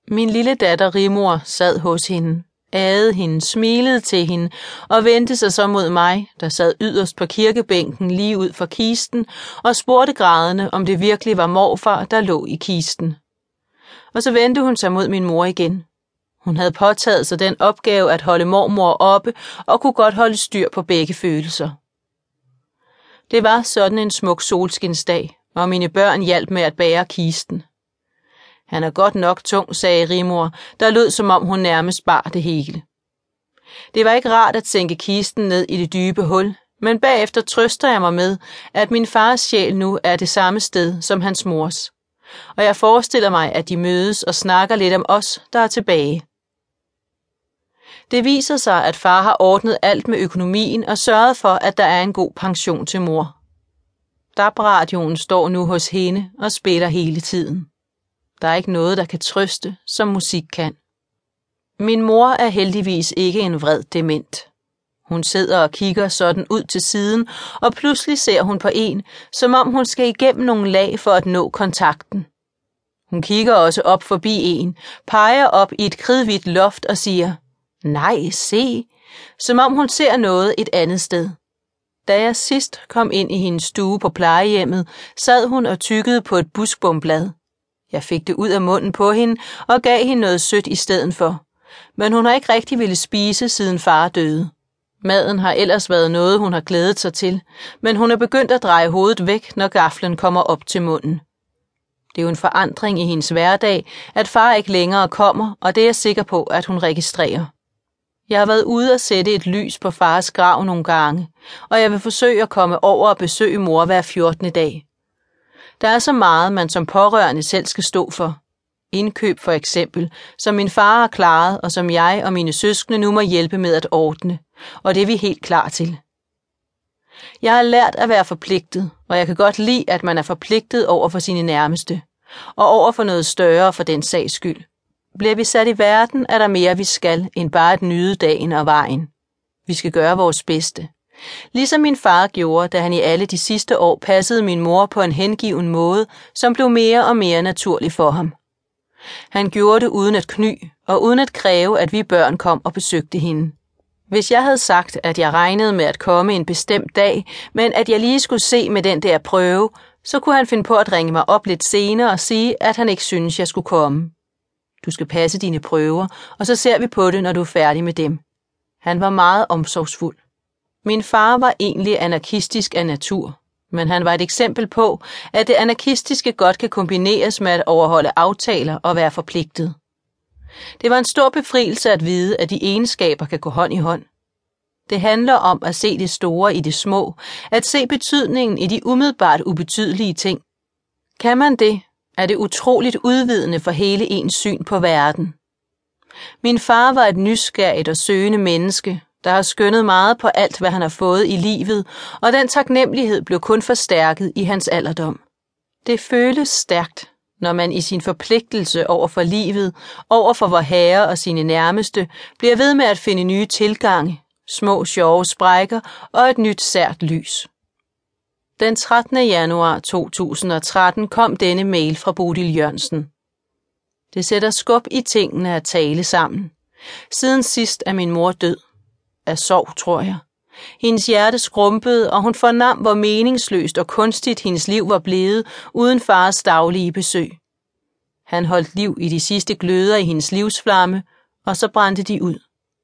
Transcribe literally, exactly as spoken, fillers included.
Min lille datter Rimor sad hos hende, adede hende, smilede til hende og vendte sig så mod mig, der sad yderst på kirkebænken lige ud for kisten og spurgte grædende, om det virkelig var morfar, der lå i kisten. Og så vendte hun sig mod min mor igen. Hun havde påtaget sig den opgave at holde mormor oppe og kunne godt holde styr på begge følelser. Det var sådan en smuk solskinsdag, og mine børn hjalp med at bære kisten. Han er godt nok tung, sagde Rimor, der lød som om hun nærmest bar det hele. Det var ikke rart at sænke kisten ned i det dybe hul, men bagefter trøster jeg mig med, at min fars sjæl nu er det samme sted som hans mors. Og jeg forestiller mig, at de mødes og snakker lidt om os, der er tilbage. Det viser sig, at far har ordnet alt med økonomien og sørget for, at der er en god pension til mor. D A B-radioen står nu hos hende og spiller hele tiden. Der er ikke noget, der kan trøste, som musik kan. Min mor er heldigvis ikke en vred dement. Hun sidder og kigger sådan ud til siden, og pludselig ser hun på en, som om hun skal igennem nogle lag for at nå kontakten. Hun kigger også op forbi en, peger op i et kridhvidt loft og siger, nej, se, som om hun ser noget et andet sted. Da jeg sidst kom ind i hendes stue på plejehjemmet, sad hun og tyggede på et buskbomblad. Jeg fik det ud af munden på hende og gav hende noget sødt i stedet for. Men hun har ikke rigtig ville spise, siden far døde. Maden har ellers været noget, hun har glædet sig til, men hun er begyndt at dreje hovedet væk, når gaflen kommer op til munden. Det er jo en forandring i hendes hverdag, at far ikke længere kommer, og det er jeg sikker på, at hun registrerer. Jeg har været ude og sætte et lys på fars grav nogle gange, og jeg vil forsøge at komme over og besøge mor hver fjortende dag. Der er så meget, man som pårørende selv skal stå for. Indkøb for eksempel, som min far har klaret, og som jeg og mine søskende nu må hjælpe med at ordne, og det er vi helt klar til. Jeg har lært at være forpligtet, og jeg kan godt lide, at man er forpligtet over for sine nærmeste, og over for noget større for den sags skyld. Bliver vi sat i verden, er der mere vi skal, end bare at nyde dagen og vejen. Vi skal gøre vores bedste. Ligesom min far gjorde, da han i alle de sidste år passede min mor på en hengiven måde, som blev mere og mere naturlig for ham. Han gjorde det uden at kny, og uden at kræve, at vi børn kom og besøgte hende. Hvis jeg havde sagt, at jeg regnede med at komme en bestemt dag, men at jeg lige skulle se med den der prøve, så kunne han finde på at ringe mig op lidt senere og sige, at han ikke synes, jeg skulle komme. Du skal passe dine prøver, og så ser vi på det, når du er færdig med dem. Han var meget omsorgsfuld. Min far var egentlig anarkistisk af natur, men han var et eksempel på, at det anarkistiske godt kan kombineres med at overholde aftaler og være forpligtet. Det var en stor befrielse at vide, at de egenskaber kan gå hånd i hånd. Det handler om at se det store i det små, at se betydningen i de umiddelbart ubetydelige ting. Kan man det, er det utroligt udvidende for hele ens syn på verden. Min far var et nysgerrigt og søgende menneske, der har skønnet meget på alt, hvad han har fået i livet, og den taknemmelighed blev kun forstærket i hans alderdom. Det føles stærkt, når man i sin forpligtelse over for livet, over for vor Herre og sine nærmeste, bliver ved med at finde nye tilgange, små sjove sprækker og et nyt sært lys. Den trettende januar to tusind og tretten kom denne mail fra Bodil Jørgensen. Det sætter skub i tingene at tale sammen. Siden sidst er min mor død. Af sorg, tror jeg. Hendes hjerte skrumpede, og hun fornam, hvor meningsløst og kunstigt hendes liv var blevet, uden fars daglige besøg. Han holdt liv i de sidste gløder i hendes livsflamme, og så brændte de ud.